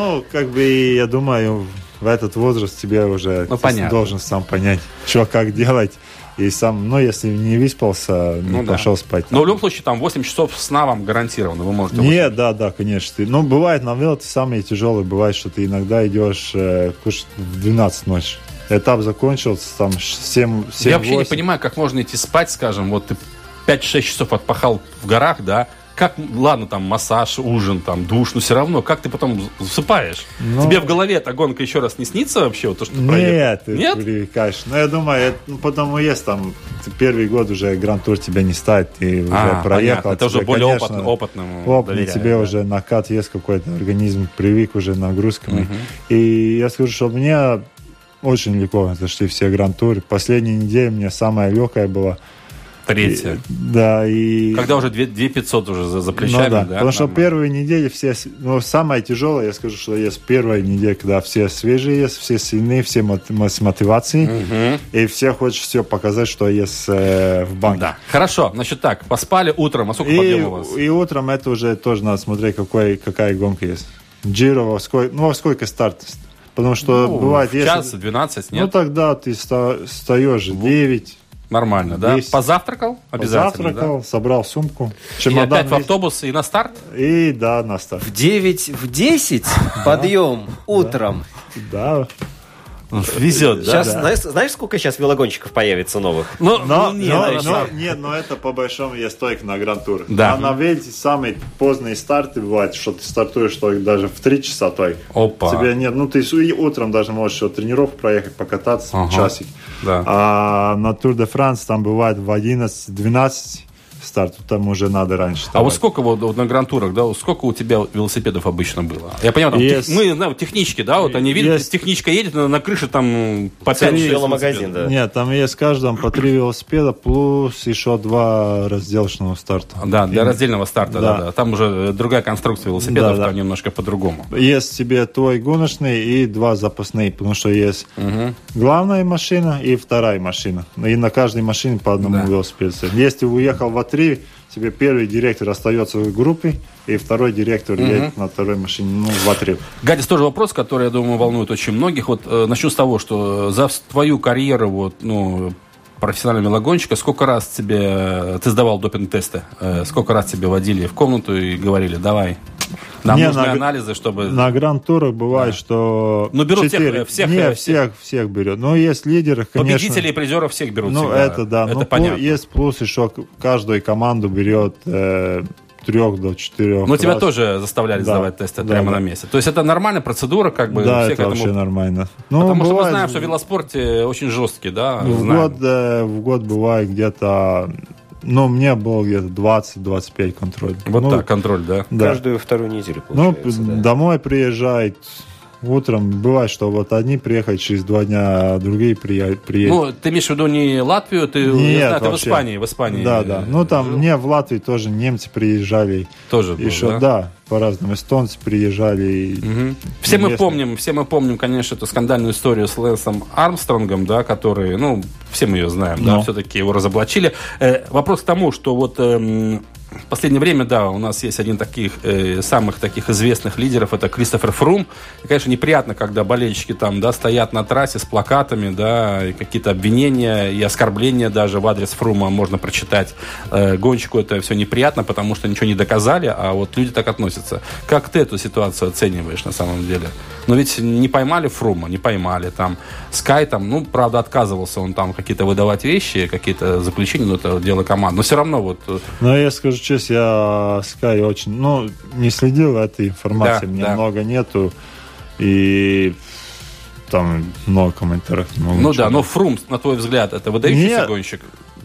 Не, я думаю... В этот возраст тебе уже должен сам понять, что как делать. И сам, если не выспался, не пошел спать. Но в любом случае, там 8 часов сна вам гарантировано. Вы можете... Нет, да, конечно. Бывает, на вело самые тяжелые. Бывает, что ты иногда идешь кушать в 12 ночи. Этап закончился, там 7-8. Я вообще не понимаю, как можно идти спать, скажем, вот ты 5-6 часов отпахал в горах, да, как, ладно, там, массаж, ужин, там, душ, но все равно, как ты потом засыпаешь? Тебе в голове эта гонка еще раз не снится вообще? Вот то, что ты Нет, ты привыкаешь. Я думаю, потому есть там, первый год уже Гран-тур тебя не ставит, ты уже проехал. Это уже более опытным. Тебе уже накат есть какой-то, организм привык уже нагрузками. И я скажу, что мне очень легко зашли все Гран-туры. Последняя неделя мне самая легкая была. 3-я. И... Когда уже 2500 уже за плечами, да? Потому что первые недели все... самое тяжелое, я скажу, что есть первая неделя, когда все свежие есть, все сильные, все с мотивацией, и все хочет все показать, что есть в банке. Да. Хорошо, значит так, поспали утром, а сколько подъем у вас? И утром это уже тоже надо смотреть, какая гонка есть. Джиро, во сколько старт? Потому что бывает... Час, 12, нет? Тогда ты встаешь 9... Нормально, да? 10. Позавтракал обязательно, да? Собрал сумку. Чемодан. И опять в автобус и на старт? И да, на старт. В 9, в 10 подъем утром. Да. Везет, да? Сейчас, знаешь, сколько сейчас велогонщиков появится новых? Но это по большому есть только на Гран-тур. Да. А на вельте самые поздние старты бывают, что ты стартуешь только даже в 3 часа только. Опа. Тебе нет, ты и утром даже можешь тренировку проехать, покататься часик. Да. А на Тур де Франс там бывает в 11-12 старт, там уже надо раньше вставать. А вот сколько вот на гран-турах, да, сколько у тебя велосипедов обычно было? Я понимаю, там, мы знаем, технички, да, вот они видят, техничка едет, на крыше там по 5-6 веломагазин, да. Нет, там есть каждом по 3 велосипеда, плюс еще 2 разделочного старта. Да, для раздельного старта, да. Там уже другая конструкция велосипедов, там немножко по-другому. Есть себе твой гоночный и 2 запасные, потому что есть главная машина и вторая машина. И на каждой машине по одному велосипеду. Если уехал в А3, тебе первый директор остается в группе, и второй директор едет на второй машине, в А3. Гадис, тоже вопрос, который, я думаю, волнует очень многих. Вот начну с того, что за твою карьеру профессионального велогонщика, сколько раз ты сдавал допинг-тесты? Сколько раз тебе водили в комнату и говорили, давай, Нам нужны анализы, чтобы... На гранд-турах бывает, что... Ну, берут 4... всех берет. Но есть лидеры, конечно... Победителей и призеров всех берут всегда. Это да. Это понятно. Есть плюс еще, каждую команду берет 3 до 4 Но тебя тоже заставляли сдавать тесты прямо на месте. То есть это нормальная процедура, как бы... Да, это вообще нормально. Потому что мы знаем, что в велоспорте очень жесткий, да? В год бывает где-то... мне было где-то 20-25 контроль. Вот так, контроль, да? Каждую вторую неделю, получается. Домой приезжает утром. Бывает, что вот одни приехают через 2 дня, а другие приедут. Ты имеешь в виду не Латвию, ты в Испании. Да. Мне в Латвии тоже немцы приезжали. Тоже было, еще, да? По-разному. Эстонцы приезжали. Угу. Все мы помним, конечно, эту скандальную историю с Лэнсом Армстронгом, да, который, все мы ее знаем, да, все-таки его разоблачили. Вопрос к тому, что вот... В последнее время, да, у нас есть один самых таких известных лидеров, это Кристофер Фрум. И, конечно, неприятно, когда болельщики там, да, стоят на трассе с плакатами, да, и какие-то обвинения и оскорбления даже в адрес Фрума можно прочитать. Гонщику это все неприятно, потому что ничего не доказали, а вот люди так относятся. Как ты эту ситуацию оцениваешь на самом деле? Ведь не поймали Фрума, не поймали. Там Скай, правда, отказывался он там какие-то выдавать вещи, какие-то заключения, но это дело команды. Но все равно вот... я скажу честно, я Sky очень, не следил этой информации, много нету, и там много комментариев. Но Фрум, на твой взгляд, это выдающийся гонщик?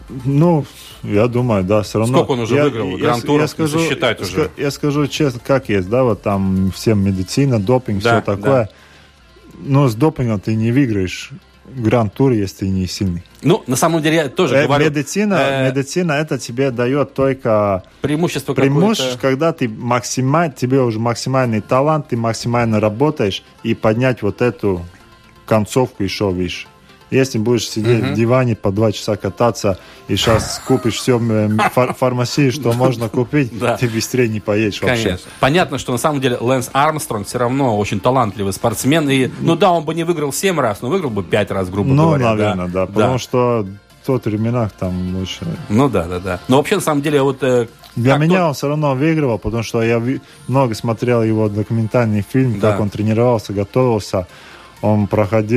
Я думаю, да, все равно. Сколько он уже выиграл? Гранд-туров не засчитать уже. Я скажу честно, как есть, да, вот там всем медицина, допинг, все такое. Но с допингом ты не выиграешь гранд-тур, если ты не сильный. На самом деле, я тоже говорю... Медицина это тебе дает только... Преимущество, когда тебе уже максимальный талант, ты максимально работаешь, и поднять вот эту концовку еще выше. Если будешь сидеть в диване по 2 часа кататься и сейчас купишь все в фармасии, что можно купить, ты быстрее не поедешь вообще. Конечно. Понятно, что на самом деле Лэнс Армстронг все равно очень талантливый спортсмен. И, он бы не выиграл 7 раз, но выиграл бы 5 раз, грубо говоря. Наверное, да. Потому что в тот временах там лучше... Да. Но вообще, на самом деле, Для меня он все равно выигрывал, потому что я много смотрел его документальный фильм, как он тренировался, готовился. Он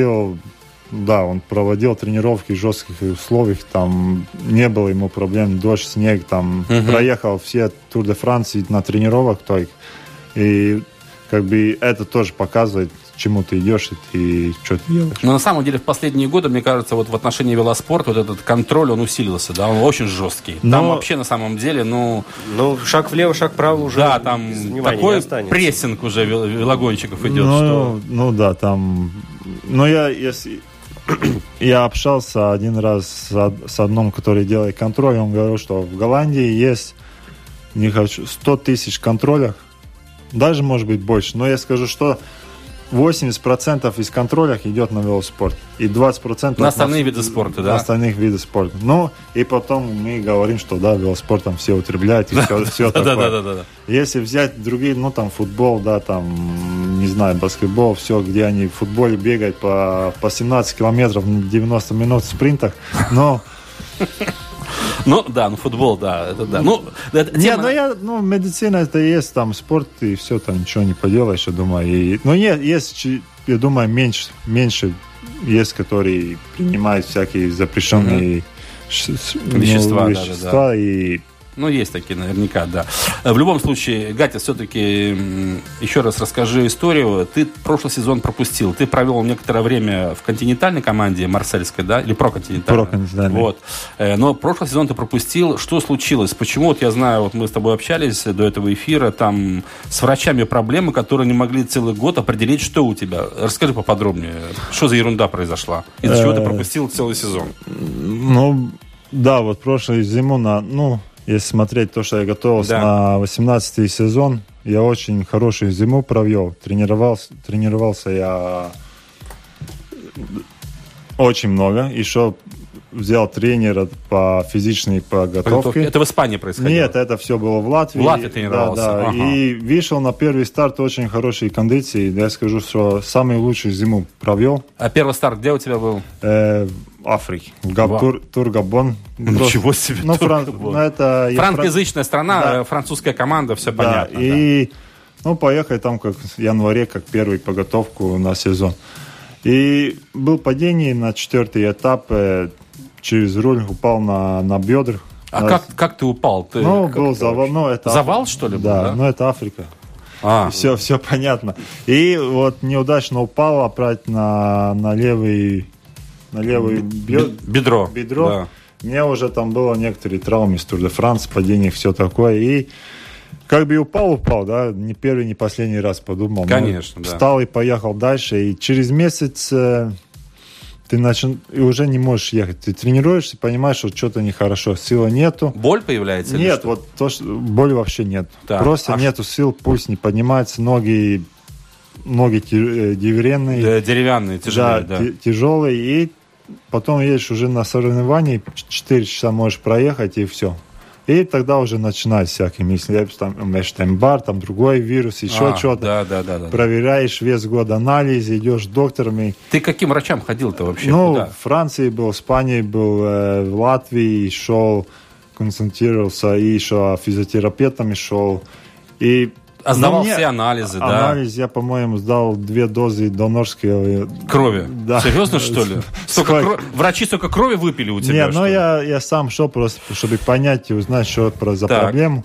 проводил тренировки в жестких условиях, там не было ему проблем, дождь, снег, проехал все Тур де Франции на тренировок только. И это тоже показывает, к чему ты идешь и что ты делаешь. Но на самом деле в последние годы, мне кажется, в отношении велоспорта этот контроль, он усилился, да, он очень жесткий. Там вообще на самом деле, шаг влево, шаг вправо уже... Да, там такой прессинг уже велогонщиков идет. Там... Я общался один раз с одним, который делает контроль, он говорил, что в Голландии есть 100 тысяч контролях, даже может быть больше, но я скажу, что 80% из контролях идет на велоспорт. И 20% на остальные виды спорта, да? На остальных видов спорта. И потом мы говорим, что велоспортом все употребляют и все такое. Да. Если взять другие, футбол, не знаю, баскетбол, все, где они в футболе бегают по 17 километров на 90 минут в спринтах, футбол, да, это да. Медицина это есть, там спорт и все, там ничего не поделаешь, я думаю. Есть, я думаю, меньше есть, которые принимают всякие запрещенные вещества и... Есть такие, наверняка, да. В любом случае, Гатя, все-таки еще раз расскажи историю. Ты прошлый сезон пропустил. Ты провел некоторое время в континентальной команде марсельской, да? Или проконтинентальной? Проконтинентальной. Вот. Но прошлый сезон ты пропустил. Что случилось? Почему? Я знаю, мы с тобой общались до этого эфира, там с врачами проблемы, которые не могли целый год определить, что у тебя. Расскажи поподробнее. Что за ерунда произошла? Из-за чего ты пропустил целый сезон? Прошлую зиму если смотреть то, что я готовился на 18-й сезон, я очень хорошую зиму провел. Тренировался я очень много. Еще взял тренера по физической подготовке. Это в Испании происходило? Нет, это все было в Латвии. В Латвии тренировался? Да. И вышел на первый старт очень хорошей кондиции. Я скажу, что самую лучшую зиму провел. А первый старт где у тебя был? Африки. Тур Габон. Ничего себе, Франкоязычная страна, французская команда, все понятно. И Ну, поехали там как в январе, как первую подготовку на сезон. И был падение на 4-й этап, через руль упал на бедра. А как ты упал? Был завал. Это завал, что ли? Да, но это Африка. Все понятно. И вот неудачно упал опять на левый бедро. Да. У меня уже там было некоторые травмы с Тур де Франс, падение, все такое. И как бы упал, да, не первый, не последний раз подумал. Конечно, да. Встал и поехал дальше. И через месяц ты и уже не можешь ехать. Ты тренируешься, понимаешь, что что-то нехорошо, силы нету. Боль появляется? Нет, вот то, что боли вообще нет. Так. Просто нету сил, пульс не поднимается, ноги деревянные. Да, деревянные, тяжелые, да. Тяжелые. И потом едешь уже на соревнования, 4 часа можешь проехать, и все. И тогда уже начинают всякие мысли. Там Эштембар, там другой вирус, еще что-то. Да. Проверяешь весь год анализы, идешь к докторам. Ты к каким врачам ходил-то вообще? В Франции был, в Испании был, в Латвии шел, консультировался, и еще физиотерапевтами шел. И сдавал все анализы, да? Анализ я, по-моему, сдал 2 дозы донорской крови. Да. Серьезно, что ли? Врачи столько крови выпили у тебя? Нет, я сам шел просто, чтобы понять и узнать, что за проблему.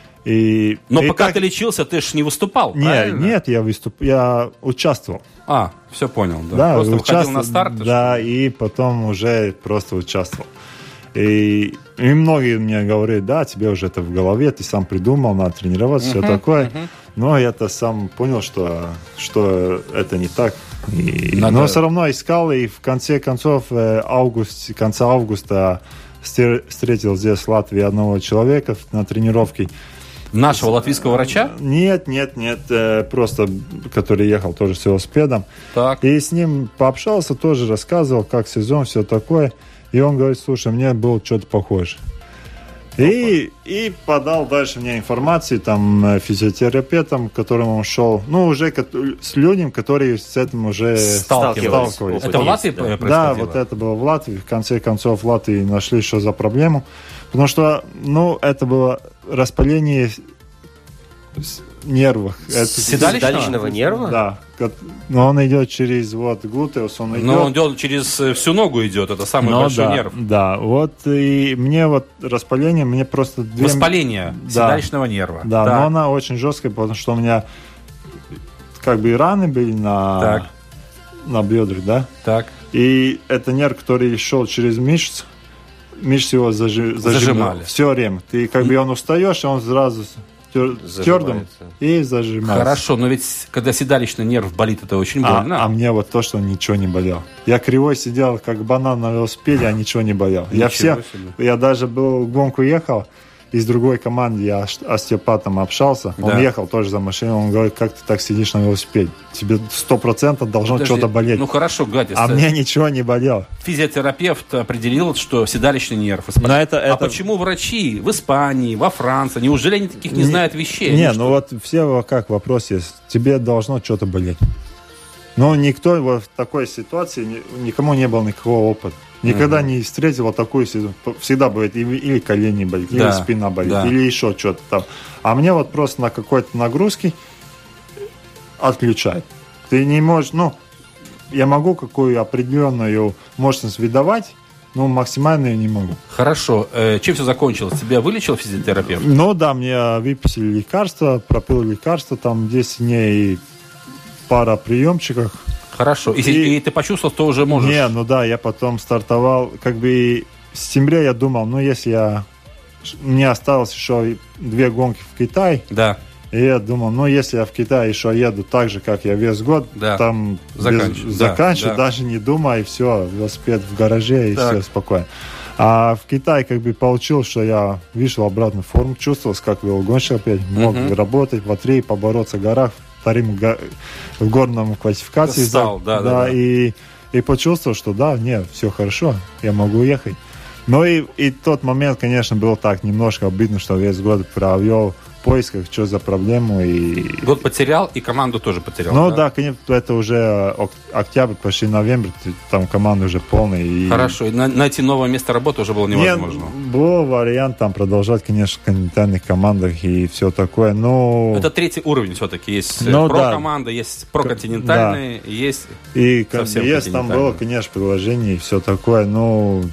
Но пока ты лечился, ты же не выступал, правильно? Нет, я участвовал. Все понял, да. Просто выходил на старт? Да, и потом уже просто участвовал. И многие мне говорят, да, тебе уже это в голове, ты сам придумал, надо тренироваться, все такое. Но я-то сам понял, что это не так. Но все равно искал, и в конце концов, конца августа встретил здесь в Латвии одного человека на тренировке. Нашего латвийского врача? Нет, просто, который ехал тоже с велосипедом. Так. И с ним пообщался, тоже рассказывал, как сезон, все такое. И он говорит, слушай, мне было что-то похоже. И подал дальше мне информацию, там, физиотерапевтам, к которым он шел, уже с людьми, которые с этим уже сталкивались. Это в Латвии происходило? Да, вот это было в Латвии. В конце концов, в Латвии нашли, что за проблему. Потому что, это было распаление нервов. Седалищного нерва? Да. Но он идет через глутеус. Он идет через всю ногу идет. Это самый большой нерв. Да. И мне распаление, мне просто... Воспаление седалищного нерва. Да, но она очень жесткая, потому что у меня как бы раны были на бедрах, да? Так. И это нерв, который шел через мышцы его зажимали. Все время. Ты как бы он устаешь, и он сразу... твердым и зажимается. Хорошо, но ведь когда седалищный нерв болит, это очень больно. А мне вот то, что ничего не болел. Я кривой сидел, как банан на велосипеде, а ничего не болел. Я даже был в гонку ехал, из другой команды я остеопатом общался. Он ехал тоже за машиной, он говорит, как ты так сидишь на велосипеде? Тебе 100% должно что-то болеть. Ну хорошо, Гатис. А мне ничего не болело. Физиотерапевт определил, что седалищный нерв. А почему врачи в Испании, во Франции, неужели они таких не знают вещей? Все как вопрос есть. Тебе должно что-то болеть. Но никто в такой ситуации, никому не было никакого опыта. Никогда не встретил такую ситуацию. Всегда бывает или колени болит, или спина болит, или еще что-то там. А мне просто на какой-то нагрузке отключает. Ты не можешь, я могу какую определенную мощность выдавать, но максимальную не могу. Хорошо. Чем все закончилось? Тебя вылечил физиотерапевт? Да, мне выписали лекарства, пропил лекарства, там 10 дней пара приемчиков. Хорошо. И ты почувствовал, что уже можешь? Я потом стартовал. Как бы в сентябре я думал, если мне осталось еще 2 гонки в Китае. Да. И я думал, если я в Китае еще еду так же, как я весь год, там заканчиваю, даже не думая, и все, велосипед в гараже, и все спокойно. А в Китае как бы получилось, что я вышел обратно в форму, чувствовал, как велогонщик опять, мог работать, в А3, побороться в горах, вторым в горном классификации. И почувствовал, что все хорошо, я могу ехать. Но и тот момент, конечно, был так немножко обидно, что весь год провел поисках, что за проблему. И... Год потерял, и команду тоже потерял. Ну да, конечно, это уже октябрь, почти ноябрь, там команда уже полная. И... Хорошо, и найти новое место работы уже было невозможно. Нет, был вариант там продолжать, конечно, в континентальных командах и все такое, но... Это третий уровень все-таки. Есть про-команда, есть про-континентальные, есть и совсем есть там было, конечно, приложение и все такое, но...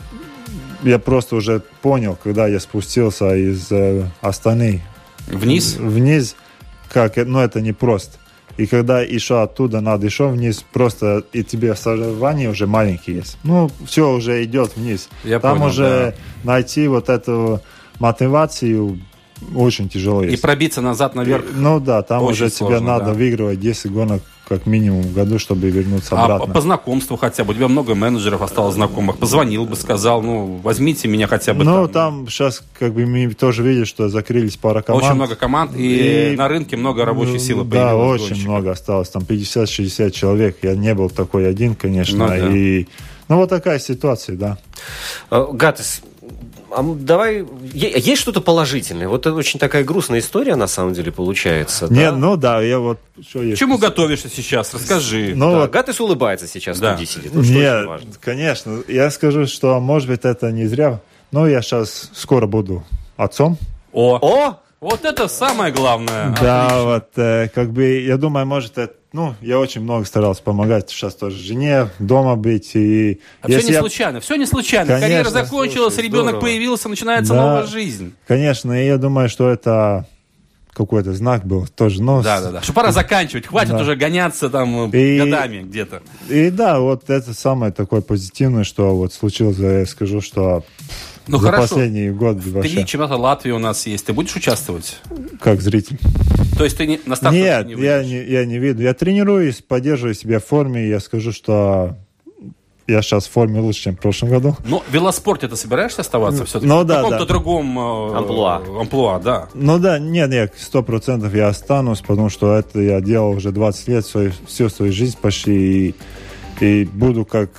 Я просто уже понял, когда я спустился из Астаны вниз, как, это непросто. И когда еще оттуда надо еще вниз, просто и тебе соревнования уже маленькие есть. Ну, все уже идет вниз. Там понял, уже найти вот эту мотивацию очень тяжело есть. И пробиться назад наверх. Ну да, там очень уже сложно, тебе надо выигрывать 10 гонок как минимум в году, чтобы вернуться обратно. А по знакомству хотя бы? У тебя много менеджеров осталось знакомых. Позвонил бы, сказал, возьмите меня хотя бы. Ну, там сейчас мы тоже видим, что закрылись пара команд. Очень много команд, и на рынке много рабочей силы появилось. Да, очень гонщиков. Много осталось. Там 50-60 человек. Я не был такой один, конечно. Вот такая ситуация, да. Гатис, давай, есть что-то положительное? Вот это очень такая грустная история, на самом деле, получается. Нет, я вот... К чему готовишься сейчас? Расскажи. Гатис улыбается сейчас, в студии сидит. Нет, конечно. Я скажу, что, может быть, это не зря. Но я сейчас скоро буду отцом. О! Вот это самое главное. Да, отлично. Я думаю, может, это... я очень много старался помогать сейчас тоже жене, дома быть. И все не случайно, все не случайно. Конечно, карьера закончилась, ребенок появился, начинается новая жизнь. Конечно, и я думаю, что это какой-то знак был тоже. Да. Что пора заканчивать, хватит уже гоняться там годами где-то. И да, вот это самое такое позитивное, что вот случилось, я скажу, что... за последний год вообще. 3 чемпионата Латвии у нас есть. Ты будешь участвовать? Как зритель. То есть ты на старт не выйдешь? я не виду. Я тренируюсь, поддерживаю себя в форме. Я скажу, что я сейчас в форме лучше, чем в прошлом году. Но в велоспорте ты собираешься оставаться все-таки? В каком-то другом амплуа, да. Нет, 100% я останусь, потому что это я делал уже 20 лет, всю свою жизнь почти. И буду как...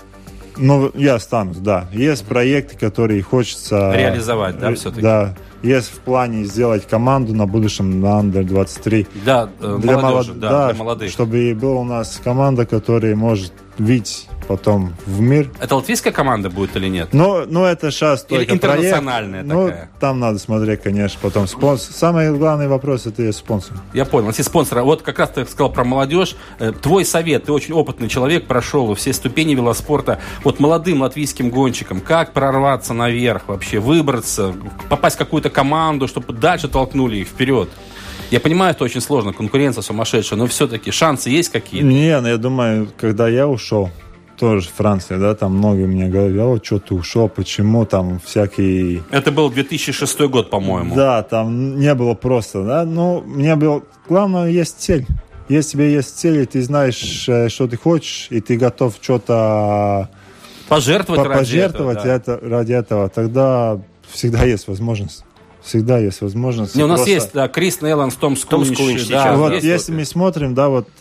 я останусь, да. Есть проекты, которые хочется... реализовать, да, все-таки? Да. Есть в плане сделать команду на будущем на Under-23. Да, для молодежи, для молодых. Чтобы была у нас команда, которая может видеть потом в мир. Это латвийская команда будет или нет? Это сейчас только проект. Интернациональная такая. Там надо смотреть, конечно, потом спонсор. Самый главный вопрос — это есть спонсор. Я понял. Если спонсора, вот как раз ты сказал про молодежь. Твой совет, ты очень опытный человек, прошел все ступени велоспорта. Вот молодым латвийским гонщикам, как прорваться наверх вообще, выбраться, попасть в какую-то команду, чтобы дальше толкнули их вперед? Я понимаю, это очень сложно, конкуренция сумасшедшая, но все-таки шансы есть какие-то? Я думаю, когда я ушел, тоже Франция, да, там многие мне говорили, что ты ушел, почему там всякие... Это был 2006 год, по-моему. Да, там не было просто, да, мне было... Главное, есть цель. Если у тебя есть цель, и ты знаешь, что ты хочешь, и ты готов что-то... Пожертвовать ради этого, тогда всегда есть возможность. Всегда есть возможность. У нас есть Крис Нейланд, Том Скунч. Если мы смотрим,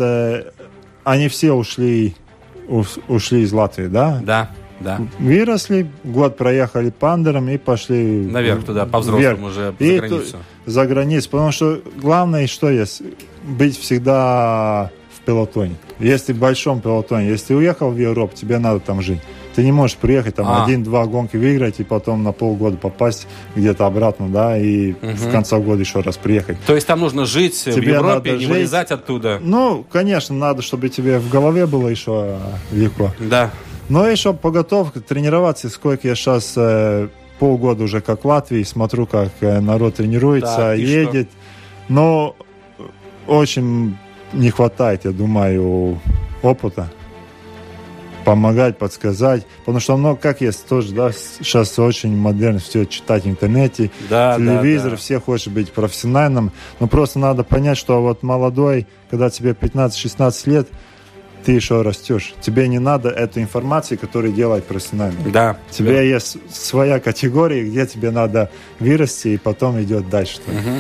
они все ушли из Латвии, да? Да. Выросли, год проехали по Андерам и пошли наверх туда, по-взрослому уже за границу. За границу, потому что главное, что есть, быть всегда в пелотоне. Если в большом пелотоне, если ты уехал в Европу, тебе надо там жить. Ты не можешь приехать, там 1-2 гонки выиграть и потом на полгода попасть где-то обратно, да, и в конце года еще раз приехать. То есть там нужно жить в Европе, не вылезать оттуда? Конечно, надо, чтобы тебе в голове было еще легко. Да. Но еще подготовка, тренироваться, сколько я сейчас полгода уже как в Латвии, смотрю, как народ тренируется, едет. Но очень не хватает, я думаю, опыта. Помогать, подсказать. Потому что как есть тоже, да, сейчас очень модерно все читать в интернете, телевизор, все хочет быть профессиональным. Но просто надо понять, что вот молодой, когда тебе 15-16 лет, ты еще растешь. Тебе не надо эту информацию, которую делает профессионально. Да. Тебе есть своя категория, где тебе надо вырасти, и потом идет дальше.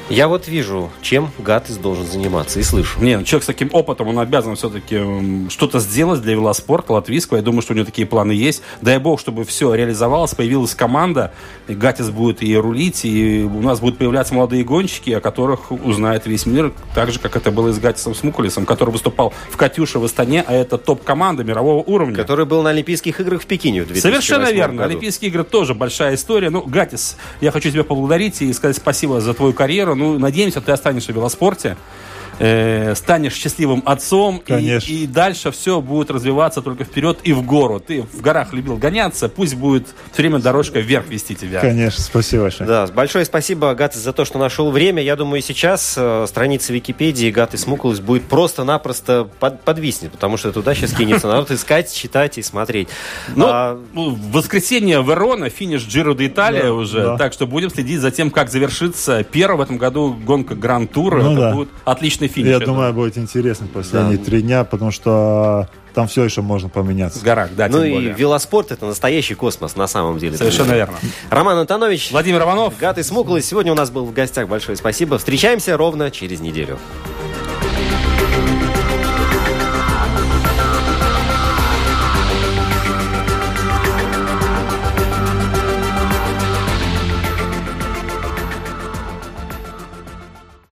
Я вот вижу, чем Гатис должен заниматься, и слышу. Не, человек с таким опытом, он обязан все-таки что-то сделать для велоспорта латвийского. Я думаю, что у него такие планы есть. Дай бог, чтобы все реализовалось, появилась команда, и Гатис будет и рулить, и у нас будут появляться молодые гонщики, о которых узнает весь мир, так же, как это было и с Гатисом Смукулисом, который выступал в «Катюше» в Астане, а это топ-команда мирового уровня. Который был на Олимпийских играх в Пекине в 2008 Совершенно верно. году. Олимпийские игры тоже большая история. Ну, Гатис, я хочу тебя поблагодарить и сказать спасибо за твою карьеру. Ну, надеемся, ты останешься в велоспорте, станешь счастливым отцом, и дальше все будет развиваться только вперед и в гору. Ты в горах любил гоняться, пусть будет все время дорожка вверх вести тебя. Конечно, спасибо большое. Да, большое спасибо, Гатис, за то, что нашел время. Я думаю, сейчас страница Википедии Гатис Смукулис будет просто-напросто подвиснет, потому что туда сейчас кинется. Надо искать, читать и смотреть. В воскресенье Верона, финиш Джиро де Италия уже, так что будем следить за тем, как завершится первая в этом году гонка Гран-тура. Это будет отличный финиш. Я думаю, будет интересно последние 3 дня, потому что там все еще можно поменяться. В горах, да, тем более. И велоспорт — это настоящий космос, на самом деле. Совершенно верно. Роман Антонович, Владимир Иванов, Гатис Смукулис сегодня у нас был в гостях. Большое спасибо. Встречаемся ровно через неделю.